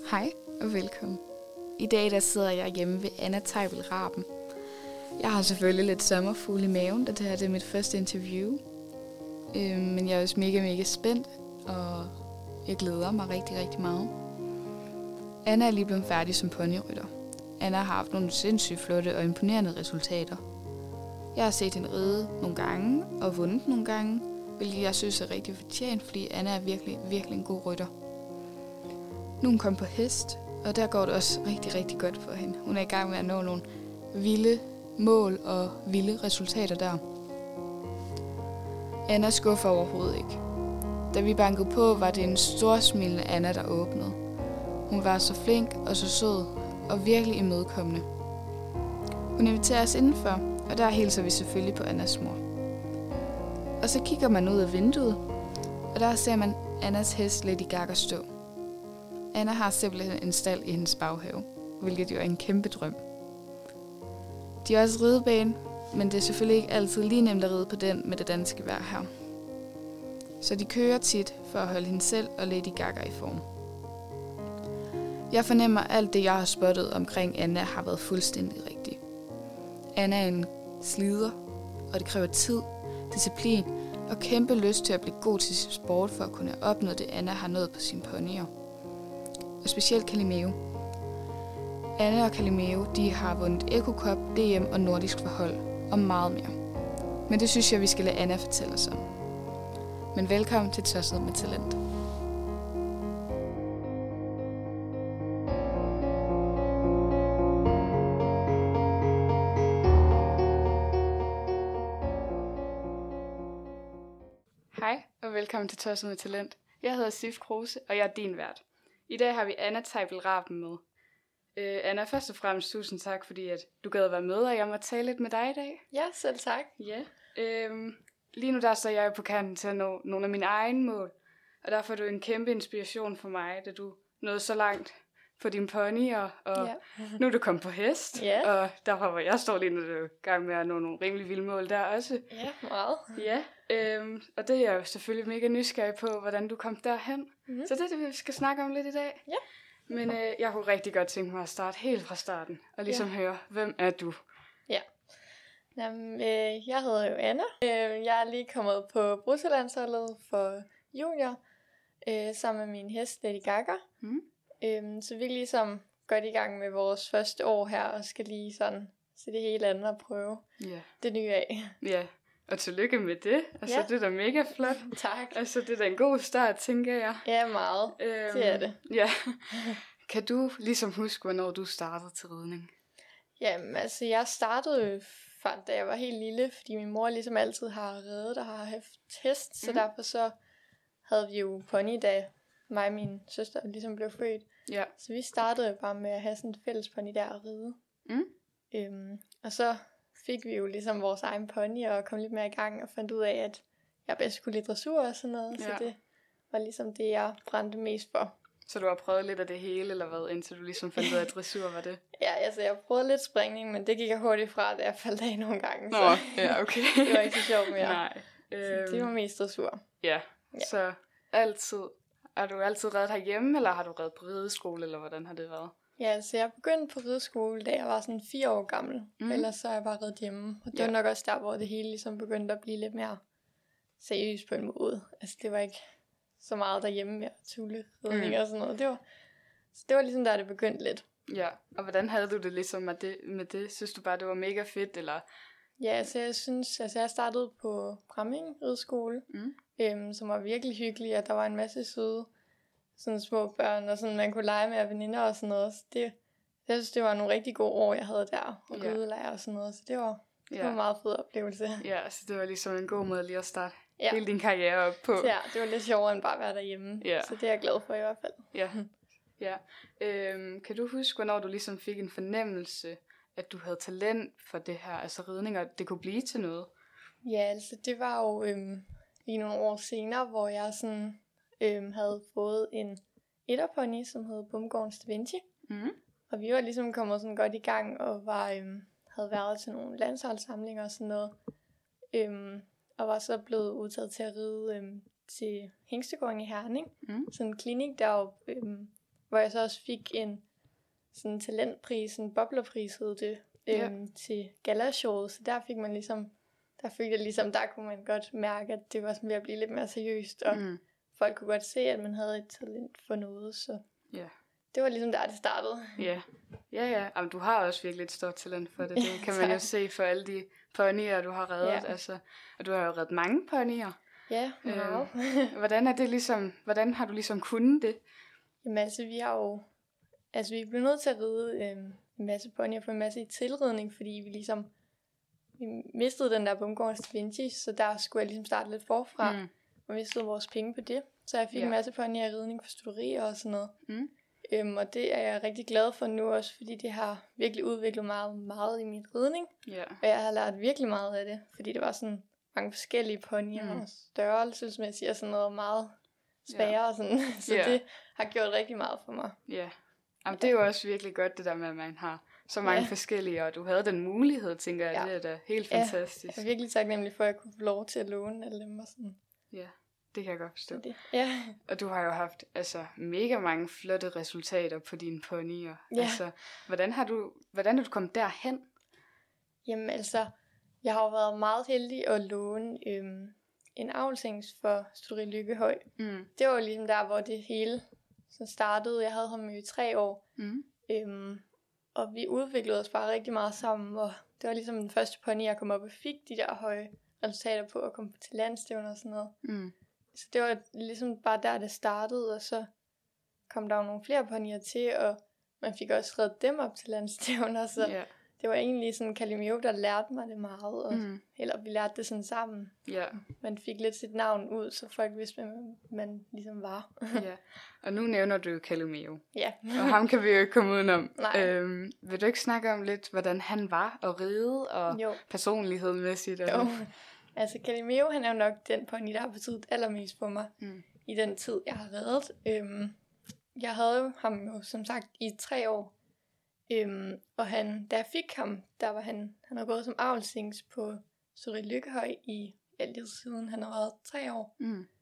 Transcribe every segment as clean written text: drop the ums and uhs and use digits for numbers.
Hej og velkommen. I dag der sidder jeg hjemme ved Anna Teibel Raben. Jeg har selvfølgelig lidt sommerfugle i maven, da det her er mit første interview. Men jeg er også mega spændt, og jeg glæder mig rigtig meget. Anna er lige blevet færdig som ponyrytter. Anna har haft nogle sindssygt flotte og imponerende resultater. Jeg har set hende ride nogle gange og vundet nogle gange, hvilket jeg synes er rigtig fortjent, fordi Anna er virkelig en god rytter. Nu er hun kommet på hest, og der går det også rigtig godt for hende. Hun er i gang med at nå nogle vilde mål og vilde resultater der. Anna skuffer overhovedet ikke. Da vi bankede på, var det en storsmilende Anna, der åbnede. Hun var så flink og så sød og virkelig imødekommende. Hun inviterer os indenfor, og der hilser vi selvfølgelig på Annas mor. Og så kigger man ud af vinduet, og der ser man Annas hest Lady Gaga stå. Anna har simpelthen en stald i hendes baghave, hvilket jo er en kæmpe drøm. De har også ridebane, men det er selvfølgelig ikke altid lige nemt at ride på den med det danske vejr her. Så de kører tit for at holde hende selv og Lady Gaga i form. Jeg fornemmer alt det, jeg har spottet omkring Anna, har været fuldstændig rigtigt. Anna er en slider, og det kræver tid, disciplin og kæmpe lyst til at blive god til sin sport for at kunne opnå det, Anna har nået på sine ponyer. Og specielt Calimero. Anna og Calimero, de har vundet Eco Cup, DM og nordisk forhold, og meget mere. Men det synes jeg, vi skal lade Anna fortælle os om. Men velkommen til Tosset med Talent. Hej og velkommen til Tosset med Talent. Jeg hedder Sif Kruse, og jeg er din vært. I dag har vi Anna Teibel Raben med. Anna, først og fremmest tusind tak, fordi at du gad at være med, og jeg må tale lidt med dig i dag. Ja, selv tak. Ja. Lige nu der står jeg på kanten til at nå nogle af mine egne mål, og derfor er du en kæmpe inspiration for mig, da du nåede så langt på din pony, og ja. Nu er du kommet på hest, og derfor hvor jeg står lige nu, er du i gang med at nå nogle rimelig vilde mål der også. Ja, meget. Ja, og det er jeg jo selvfølgelig mega nysgerrig på, hvordan du kom derhen. Så det er det, vi skal snakke om lidt i dag. Ja. Men jeg kunne rigtig godt tænke mig at starte helt fra starten, og ligesom høre, hvem er du? Ja. Jamen, jeg hedder jo Anna. Jeg er lige kommet på bruttolandsholdet for junior, sammen med min hest Lady Gaga. Så vi er ligesom godt i gang med vores første år her, og skal lige sådan se det hele andet og prøve det nye af. Ja, og tillykke med det. Altså, det er da mega flot. Tak. Altså, det er da en god start, tænker jeg. Ja, meget. Det er det. Ja. Kan du ligesom huske, hvornår du startede til ridning? Jamen, altså, jeg startede da jeg var helt lille, fordi min mor ligesom altid har ridet og har haft hest, så derfor så havde vi jo pony, da mig og min søster ligesom blev født. Ja. Så vi startede bare med at have sådan et fælles pony der at ride. Og så fik vi jo ligesom vores egen pony og kom lidt mere i gang og fandt ud af, at jeg bedst kunne lide dressur og sådan noget. Så det var ligesom det, jeg brændte mest for. Så du har prøvet lidt af det hele, eller hvad, indtil du ligesom fandt ud af, at dressur var det? Ja, altså jeg prøvede lidt springning, men det gik jeg hurtigt fra, da jeg faldt af nogle gange. Nå, ja, okay. Det var ikke så sjovt mere. Nej. Så det var mest dressur. Ja, så har du altid reddet herhjemme, eller har du reddet på rideskole, eller hvordan har det været? Ja, altså jeg begyndte på rideskole, da jeg var sådan 4 år gammel. Ellers så har jeg bare reddet hjemme. Og det var nok også der, hvor det hele ligesom begyndte at blive lidt mere seriøst på en måde. Altså det var ikke så meget derhjemme med tulleridning og sådan noget. Det var ligesom der, det begyndte lidt. Ja, og hvordan havde du det ligesom med det? Synes du bare, det var mega fedt, eller? Ja, altså jeg startede på Bramming Rideskole, som var virkelig hyggelig, og der var en masse søde sådan små børn, og sådan man kunne lege med veninder og sådan noget. Så jeg synes, det var nogle rigtig gode år, jeg havde der, og ridelærer og sådan noget. Så det var en meget fed oplevelse. Ja, så det var ligesom en god måde lige at starte hele din karriere op på. Ja, det var lidt sjovere end bare at være derhjemme. Ja. Så det er jeg glad for i hvert fald. Ja. Kan du huske, hvornår du ligesom fik en fornemmelse, at du havde talent for det her, altså ridning, og det kunne blive til noget? Ja, altså det var jo lige nogle år senere, hvor jeg sådan havde fået en etterpony, som hed Bumgårdens Da Vinci. Og vi var ligesom kommet sådan godt i gang, og havde været til nogle landsholdssamlinger og sådan noget. Og var så blevet udtaget til at ride til Hængstegården i Herning. Sådan en klinik deroppe, hvor jeg så også fik en sådan talentpris, en boblerpris hed det, til galashowet. Så der fik man ligesom, der kunne man godt mærke, at det var sådan ved at blive lidt mere seriøst, og folk kunne godt se, at man havde et talent for noget, så det var ligesom der, det startede. Ja. Jamen, du har også virkelig et stort talent for det. Det kan man jo se for alle de ponyer, du har reddet. Altså, og du har jo reddet mange ponyer. Ja, meget. Hvordan har du ligesom kunnet det? Jamen altså, vi blev nødt til at ride en masse ponyer på en masse i tilridning, fordi vi mistede den der Bumgårdens Da Vinci, så der skulle jeg ligesom starte lidt forfra, og mistede vores penge på det. Så jeg fik en masse ponyer i ridning for studerier og sådan noget. Og det er jeg rigtig glad for nu også, fordi det har virkelig udviklet meget, meget i min ridning. Og jeg har lært virkelig meget af det, fordi det var sådan mange forskellige ponyer og størrelsesmæssigt og sådan noget meget sværere. Sådan. Så det har gjort rigtig meget for mig. Jamen, det er jo også virkelig godt det der med, at man har så mange forskellige, og du havde den mulighed, tænker jeg, det er da helt fantastisk. Jeg er virkelig taknemmelig for, at jeg kunne få lov til at låne alle dem og sådan. Ja, det kan jeg godt forstå. Ja. Og du har jo haft mega mange flotte resultater på dine ponyer. Altså, hvordan er du kommet derhen? Jamen altså, jeg har jo været meget heldig at låne en avlsings for Studeri Lykkehøj. Det var jo ligesom der, hvor det hele så startede. Jeg havde ham i 3 år. Og vi udviklede os bare rigtig meget sammen, og det var ligesom den første pony, jeg kom op og fik de der høje resultater på, at komme til landstævner og sådan noget. Så det var ligesom bare der, det startede, og så kom der jo nogle flere ponyer til, og man fik også reddet dem op til landstævner, så det var egentlig sådan Calimero, der lærte mig det meget, og eller vi lærte det sådan sammen. Man fik lidt sit navn ud, så folk vidste, hvem man ligesom var. Og nu nævner du Calimero. Og ham kan vi jo ikke komme udenom. Vil du ikke snakke om lidt, hvordan han var at ride, og personlighedsmæssigt? Jo. Altså Calimero, han er jo nok den pony, der har betydet allermest for mig i den tid, jeg har reddet. Jeg havde jo ham jo som sagt i 3 år. Og da jeg fik ham, der var han havde gået som avlsings på Studeri Lykkehøj i lige siden han har været 3 år.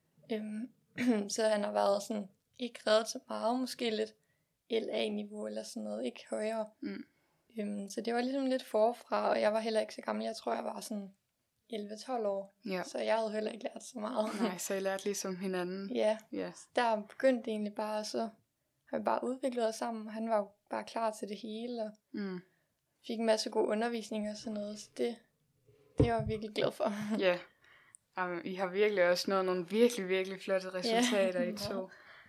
Så han har været sådan, ikke reddet så meget, måske lidt LA-niveau eller sådan noget, ikke højere. Så det var ligesom lidt forfra, og jeg var heller ikke så gammel. Jeg tror, jeg var sådan 11-12 år, så jeg havde heller ikke lært så meget. Nej, så I lærte ligesom hinanden. Der begyndte det egentlig bare, og så har vi bare udviklet os sammen. Han var jo bare klar til det hele, og fik en masse god undervisning og sådan noget, så det er jeg virkelig glad for. Jamen, I har virkelig også nået nogle virkelig, virkelig flotte resultater, I to.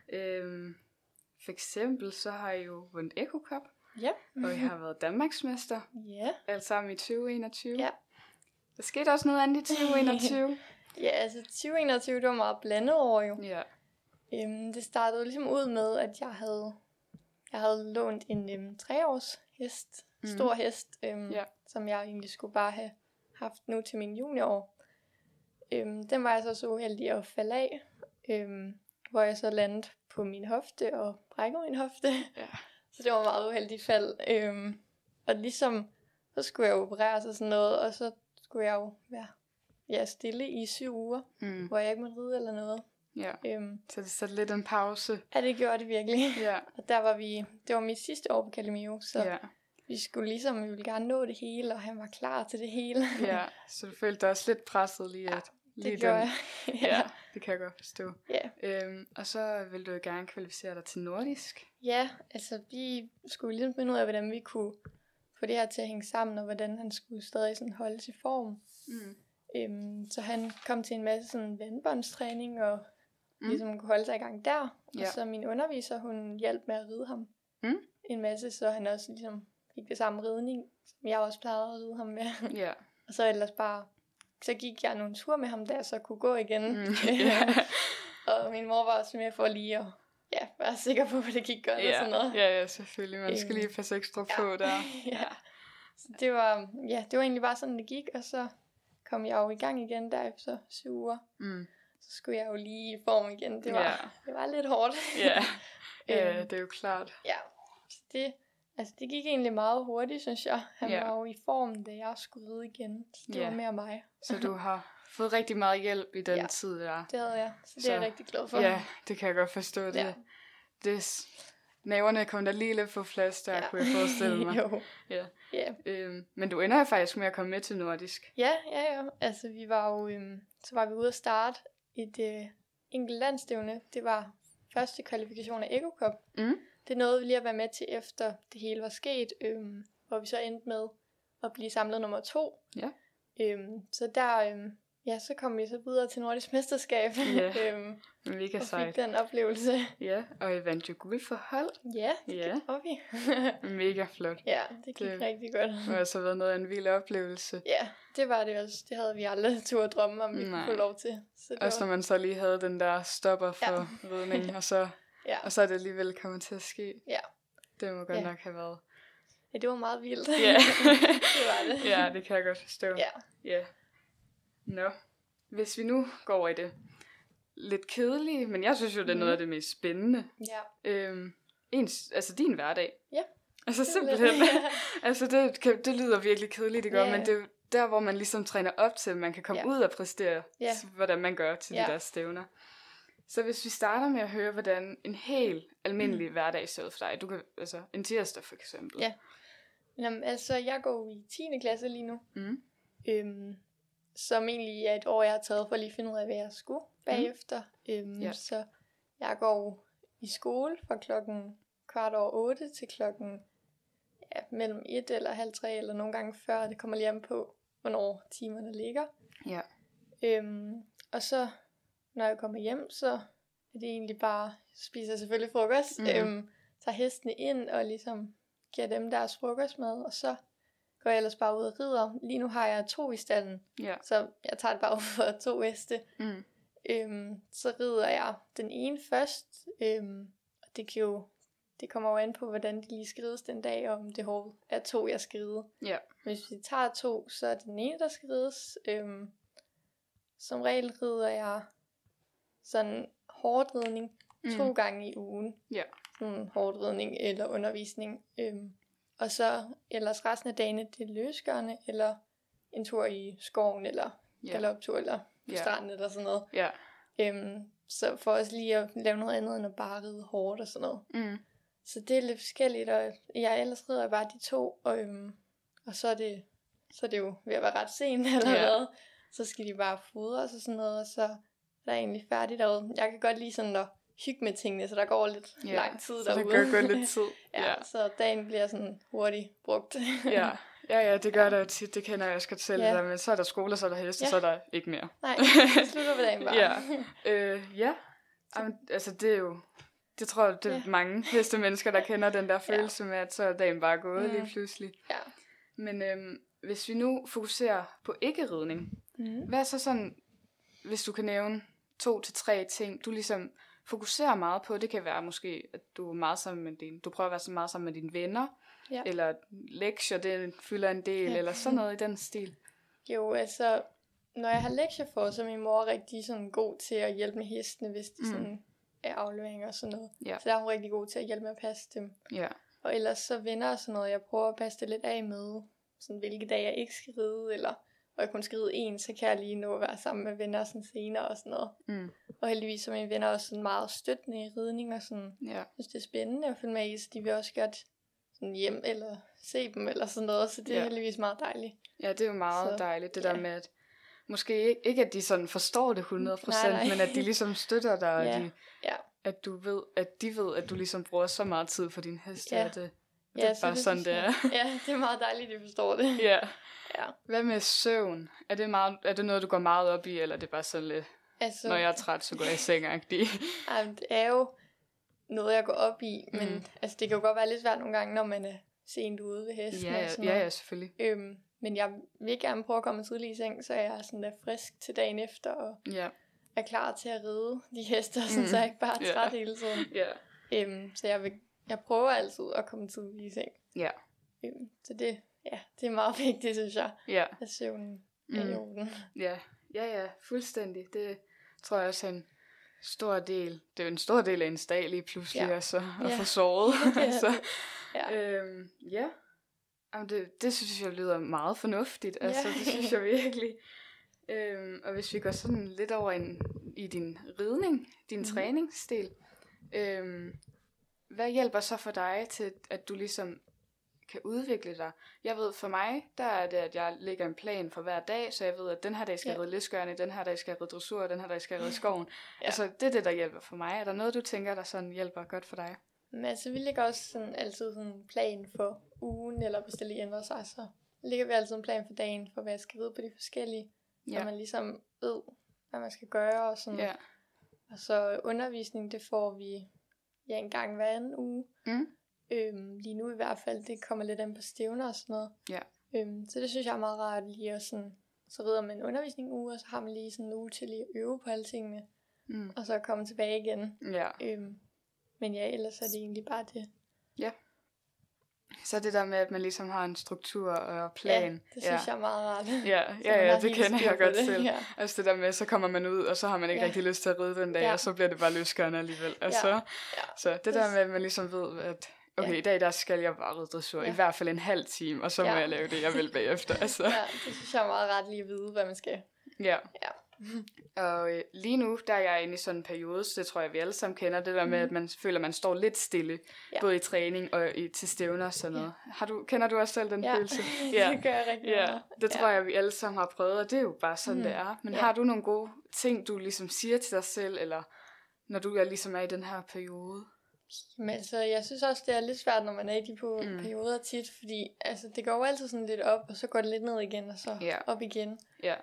For eksempel, så har I jo vundet Echo Cup, og I har været Danmarksmester, alt sammen i 2021. Der skete også noget andet i 2021. Altså 2021, det var meget blandet år jo. Det startede ligesom ud med, at jeg havde lånt en 3-års hest, stor hest, som jeg egentlig skulle bare have haft nu til min juniorår. Den var jeg så uheldig at falde af, hvor jeg så landede på min hofte og brækkede min hofte. Så det var et meget uheldigt fald. Og ligesom, så skulle jeg opereres og sådan noget, og så skulle jeg jo være stille i 7 uger, hvor jeg ikke måtte ride eller noget. Så det satte lidt en pause. Ja, det gjorde det virkelig. Og der var det var mit sidste år på Calimero, så vi ville gerne nå det hele, og han var klar til det hele. Så du følte dig også lidt presset lige at... Det gjorde jeg. Det kan jeg godt forstå. Og så vil du gerne kvalificere dig til nordisk. Altså vi skulle ligesom finde ud af, hvordan vi kunne få det her til at hænge sammen, og hvordan han skulle stadig sådan holdes i form. Så han kom til en masse sådan vandbåndstræning, og ligesom kunne holde sig i gang der. Og så min underviser, hun hjalp med at ride ham en masse, så han også ligesom fik det samme ridning, som jeg også plejede at ride ham med. Og så ellers så gik jeg nogle ture med ham der, så kunne gå igen. Og min mor var også med for lige at være sikker på, at det gik godt og sådan noget. Ja, selvfølgelig. Man skal lige passe ekstra på der. Så det var egentlig bare sådan, det gik, og så kom jeg jo i gang igen der efter 7 uger. Så skulle jeg jo lige i form igen. Det var lidt hårdt. Det er jo klart. Så det gik egentlig meget hurtigt, synes jeg. Han var jo i form, da jeg skulle ride igen. Så det var mere mig. Så du har fået rigtig meget hjælp i den tid der. Det havde jeg. Så det er jeg rigtig glad for. Ja, det kan jeg godt forstå. Det Naverne kom der lige lidt på plads der, kunne jeg forestille mig. Jo. Ja. Ja. Men du ender jo faktisk med at komme med til nordisk. Ja. Altså, vi var jo, så var vi ude at starte et enkelt landstævne. Det var første kvalifikation af Ego Cup. Det nåede vi lige at være med til, efter det hele var sket, hvor vi så endte med at blive samlet nummer 2. Ja. Så der, så kom vi så videre til Nordisk Mesterskab. Mega og sejt. fik den oplevelse. Ja, og I vandt jo guld for hold. Ja, det gjorde vi. Mega flot. Ja, det gik rigtig godt. Det har altså været noget af en vild oplevelse. Ja, det var det også. Det havde vi aldrig tur drømme om, vi kunne få lov til. Så det også var... når man så lige havde den der stopper for ridning, og så er det alligevel kommet til at ske. Ja. Det må godt nok have været. Ja, det var meget vildt. Ja. Det var det. Ja, det kan jeg godt forstå. Ja. Nå, hvis vi nu går over i det lidt kedelige, men jeg synes jo, det er noget af det mest spændende. Ja. Altså din hverdag. Ja. Altså simpelthen. Altså det lyder virkelig kedeligt, det gør, men det er jo der, hvor man ligesom træner op til, at man kan komme ud og præstere, hvordan man gør til de der stævner. Så hvis vi starter med at høre, hvordan en helt almindelig hverdag ser ud for dig. Du kan, altså en tirsdag for eksempel. Ja. Jamen, altså jeg går i 10. klasse lige nu. Som egentlig er et år, jeg har taget for at lige finde ud af, hvad jeg skulle bagefter. Så jeg går i skole fra 7:15 til mellem 1 eller 2:30, eller nogle gange før. Det kommer lige an på, hvornår timerne ligger. Ja. Og så, når jeg kommer hjem, så er det egentlig bare, spiser selvfølgelig frokost, tager hestene ind og ligesom giver dem deres frokostmad, og så går jeg ellers bare ud og rider. Lige nu har jeg 2 i stallen, så jeg tager det bare ud for 2 heste. Så rider jeg den ene først, og det kommer jo an på, hvordan de lige skal rides den dag, og om det er 2, jeg skal ride. Ja. Hvis vi tager 2, så er det den ene, der skal rides. Som regel rider jeg sådan hårdridning 2 gange i ugen. Ja. Sådan hårdridning eller undervisning. Og så ellers resten af dagene, det er løsgørende, eller en tur i skoven, eller galoptur, eller på stranden, eller sådan noget. Ja. Så for os lige at lave noget andet, end at bare ride hårdt og sådan noget. Så det er lidt forskelligt, og ellers rider jeg bare de 2, og så er det jo ved at være ret sent, eller hvad. Så skal de bare fodres og sådan noget, og så er der egentlig færdigt derude. Jeg kan godt lide sådan at hygge med tingene, så der går lidt lang tid derude. Så det går lidt tid. Så dagen bliver sådan hurtigt brugt. Ja, det gør der jo tit. Det kender jeg også godt selv. Der, men så er der skole, så er der heste, så er der ikke mere. Nej, det slutter på dagen bare. Altså det er jo... Det tror jeg, det er mange hestemennesker, der kender den der følelse med, at så er dagen bare gået lige pludselig. Ja. Men hvis vi nu fokuserer på ikke-ridning, hvad er så sådan, hvis du kan nævne 2 til 3 ting, du ligesom fokuserer meget på? Det kan være måske, at du er meget sammen med du prøver at være så meget sammen med dine venner, eller lektier, det fylder en del, eller sådan noget i den stil. Jo, altså, når jeg har lektier for, så er min mor rigtig sådan god til at hjælpe med hestene, hvis de sådan er afleveringer og sådan noget. Ja. Så der er hun rigtig god til at hjælpe med at passe dem. Ja. Og ellers så venner og sådan noget, jeg prøver at passe det lidt af med, sådan hvilke dage jeg ikke skal ride, eller og jeg kun skal ride 1, så kan jeg lige nå at være sammen med venner sådan senere og sådan noget. Og heldigvis så er mine venner også sådan meget støttende i ridning og sådan. Ja. Jeg synes det er spændende at følge med i, så de vil også godt sådan hjem eller se dem eller sådan noget, så det er heldigvis meget dejligt. Ja, det er jo meget dejligt, det der med, at måske ikke at de sådan forstår det 100%, men at de ligesom støtter dig, og at du ved, at de ved, at du ligesom bruger så meget tid for din hest, at det er bare sådan, det er. Ja, det er meget dejligt, at de forstår det. Ja. Hvad med søvn? Er det noget, du går meget op i, eller er det bare sådan lidt, altså, når jeg er træt, så går jeg i seng-agtig? Det er jo noget, jeg går op i, men altså, det kan jo godt være lidt svært nogle gange, når man er sent ude ved hesten. Ja, selvfølgelig. Men jeg vil gerne prøve at komme tidligt i seng, så jeg er sådan der frisk til dagen efter, og er klar til at ride de heste, så jeg ikke bare er træt hele tiden. Så jeg prøver altid at komme tidligt i seng. Så det er meget vigtigt, synes jeg, at søvnen er i orden. Ja, fuldstændig. Det tror jeg også er en stor del. Det er jo en stor del af en dag lige pludselig, altså, at få sovet. Altså. Jamen, det synes jeg lyder meget fornuftigt. Altså, det synes jeg virkelig. Og hvis vi går sådan lidt over i din ridning, din træningsstil, hvad hjælper så for dig til, at du ligesom kan udvikle dig? Jeg ved, for mig, der er det, at jeg lægger en plan for hver dag, så jeg ved, at den her dag skal jeg ride læsgørne, den her dag skal jeg ride dressur, den her dag skal jeg ride skoven. Altså, det er det, der hjælper for mig. Er der noget, du tænker, der sådan hjælper godt for dig? Men altså, vi lægger også sådan, altid sådan en plan for ugen, eller hvis det lige ændrer sig, så lægger vi altid en plan for dagen, for hvad jeg skal vide på de forskellige, så man ligesom ved, hvad man skal gøre og sådan. Og så undervisning, det får vi en gang hver anden uge. Lige nu i hvert fald, det kommer lidt an på stævner og sådan noget. Så det synes jeg er meget rart lige at sådan, så rider man en undervisning uge, og så har man lige sådan en uge til lige at øve på alle tingene, og så komme tilbage igen. Men ja, ellers er det egentlig bare det. Ja. Så det der med, at man ligesom har en struktur og plan. Ja, det synes jeg er meget rart. Ja, det kender jeg godt selv. Ja. Altså det der med, så kommer man ud, og så har man ikke rigtig lyst til at ride den dag, og så bliver det bare løsgørende alligevel. Altså, så det der med, at man ligesom ved, at okay, i dag der skal jeg bare ride dressur, i hvert fald en halv time, og så må jeg lave det, jeg vil bagefter. Altså. Ja, det synes jeg er meget rart lige at vide, hvad man skal. Ja. Og lige nu, der er jeg inde i sådan en periode, så det tror jeg, vi alle sammen kender, det der med, at man føler, at man står lidt stille, både i træning og til stævner og sådan noget. Kender du også selv den følelse? Det gør jeg rigtig meget. Det tror jeg, vi alle sammen har prøvet, og det er jo bare sådan, det er. Men har du nogle gode ting, du ligesom siger til dig selv, eller når du ligesom er i den her periode? Men altså, jeg synes også, det er lidt svært, når man er i de perioder tit, fordi altså, det går jo altid sådan lidt op, og så går det lidt ned igen, og så op igen.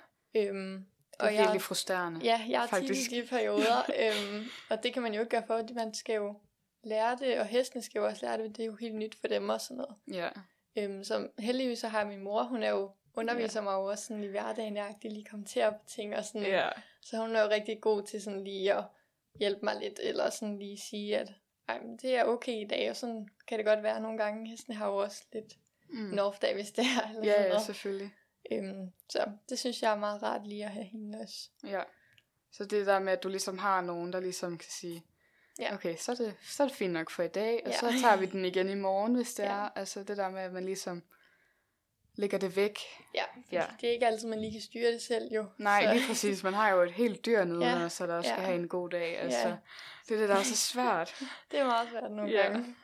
Det er virkelig frustrerende. Ja, jeg er tit i de perioder, og det kan man jo ikke gøre for, at man skal jo lære det, og hestene skal jo også lære det, det er jo helt nyt for dem og sådan noget. Så heldigvis så har min mor, hun er jo underviser mig jo også sådan i hverdagen, jeg lige kommenterer på ting og sådan, så hun er jo rigtig god til sådan lige at hjælpe mig lidt, eller sådan lige sige, at det er okay i dag, og sådan kan det godt være nogle gange. Hestene har jo også lidt en off-dag, hvis det er. Eller sådan noget. Selvfølgelig. Så det synes jeg er meget rart lige at have hende også. Ja, så det der med, at du ligesom har nogen, der ligesom kan sige, okay, så er det fint nok for i dag, og så tager vi den igen i morgen, hvis det er. Altså det der med, at man ligesom lægger det væk. Det er ikke altid, man lige kan styre det selv jo. Nej, så. Lige præcis. Man har jo et helt dyr nede, så der også skal have en god dag. Altså, det er det, der er så svært. Det er meget svært nogle gange.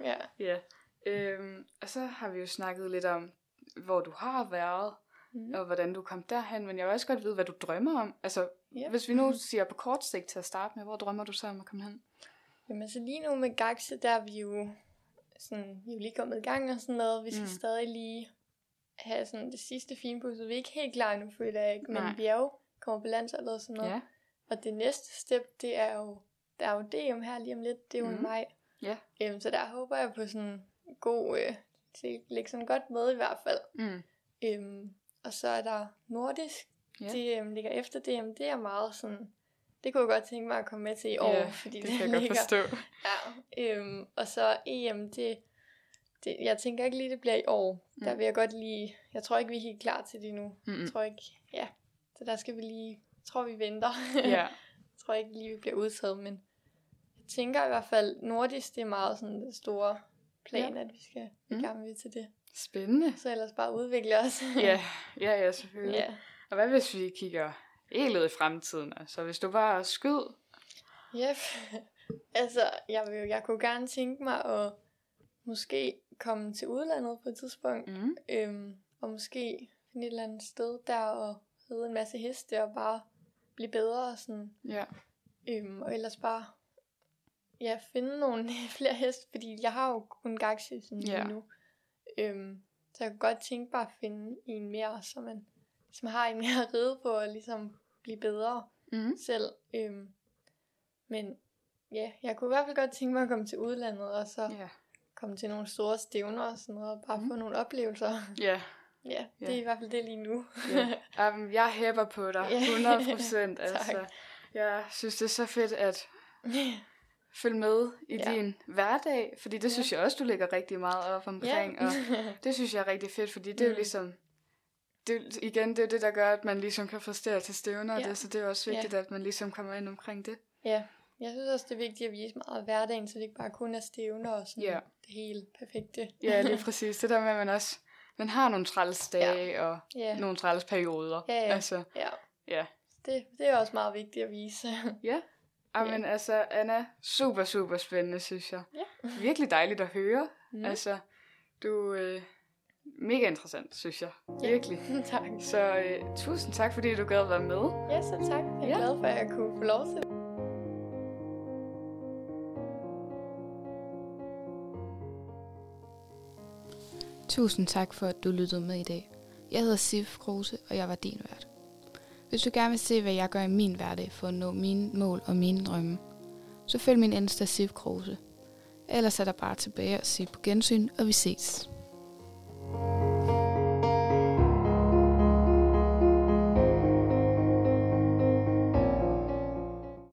Og så har vi jo snakket lidt om, hvor du har været, og hvordan du kom derhen. Men jeg vil også godt vide, hvad du drømmer om. Altså, hvis vi nu siger på kort sigt til at starte med, hvor drømmer du så om at komme hen? Jamen altså lige nu med Gaxe, der er vi jo lige kommet i gang og sådan noget. Vi skal stadig lige have sådan det sidste finpudset. Vi er ikke helt klar endnu, føler jeg ikke. Men bjerg kommer på landsholdet og sådan noget. Ja. Og det næste step, det er jo, der er jo DM her lige om lidt. Det er jo i maj. Ja. Så der håber jeg på sådan god, lægge sådan godt med i hvert fald. Og så er der nordisk. Det ligger efter DM. Det er meget sådan, det kunne jeg godt tænke mig at komme med til i år. Fordi det kan jeg godt forstå. Og så EM, jeg tænker ikke lige, det bliver i år. Der vil jeg godt lige, jeg tror ikke, vi er helt klar til det nu. Jeg tror ikke, så der skal vi lige, jeg tror vi venter. Jeg tror ikke lige, vi bliver udtaget, men jeg tænker i hvert fald, nordisk, det er meget sådan det store plan, at vi skal i gang med til det. Spændende. Så ellers bare udvikle os. ja, selvfølgelig. Og hvad hvis vi kigger helt ud i fremtiden? Altså, hvis du bare skød? Altså, jeg kunne gerne tænke mig at måske komme til udlandet på et tidspunkt. Og måske finde et eller andet sted der og ride en masse heste og bare blive bedre og sådan. Og ellers bare finde nogle flere heste, fordi jeg har jo kun Gaxe sådan lige nu. Så jeg kunne godt tænke bare at finde en mere, så man ligesom har en mere at ride på og ligesom blive bedre selv. Men jeg kunne i hvert fald godt tænke mig at komme til udlandet og så komme til nogle store stævner og sådan noget og bare få nogle oplevelser. Det er i hvert fald det lige nu. Jeg hæpper på dig 100%. Altså, jeg synes det er så fedt at følge med i din hverdag, fordi det synes jeg også, du lægger rigtig meget op omkring, og det synes jeg er rigtig fedt, fordi det er jo ligesom, det er det, der gør, at man ligesom kan præstere til stævner, så det er også vigtigt, at man ligesom kommer ind omkring det. Jeg synes også, det er vigtigt at vise meget af hverdagen, så det ikke bare kun er stævner og sådan det helt perfekte. Ja, lige præcis. Det der med, at man har nogle træls dage og nogle træls perioder. Altså, det er også meget vigtigt at vise. Jamen altså, Anna, super, super spændende, synes jeg. Ja. Virkelig dejligt at høre. Altså, du mega interessant, synes jeg. Virkelig. Tak. Så tusind tak, fordi du gad at være med. Ja, så tak. Jeg er glad for, at jeg kunne få lov til det. Tusind tak for, at du lyttede med i dag. Jeg hedder Sif Kruse, og jeg var din vært. Hvis du gerne vil se, hvad jeg gør i min hverdag for at nå mine mål og mine drømme, så følg min Insta Sif Kruse. Ellers er der bare tilbage at sige på gensyn, og vi ses.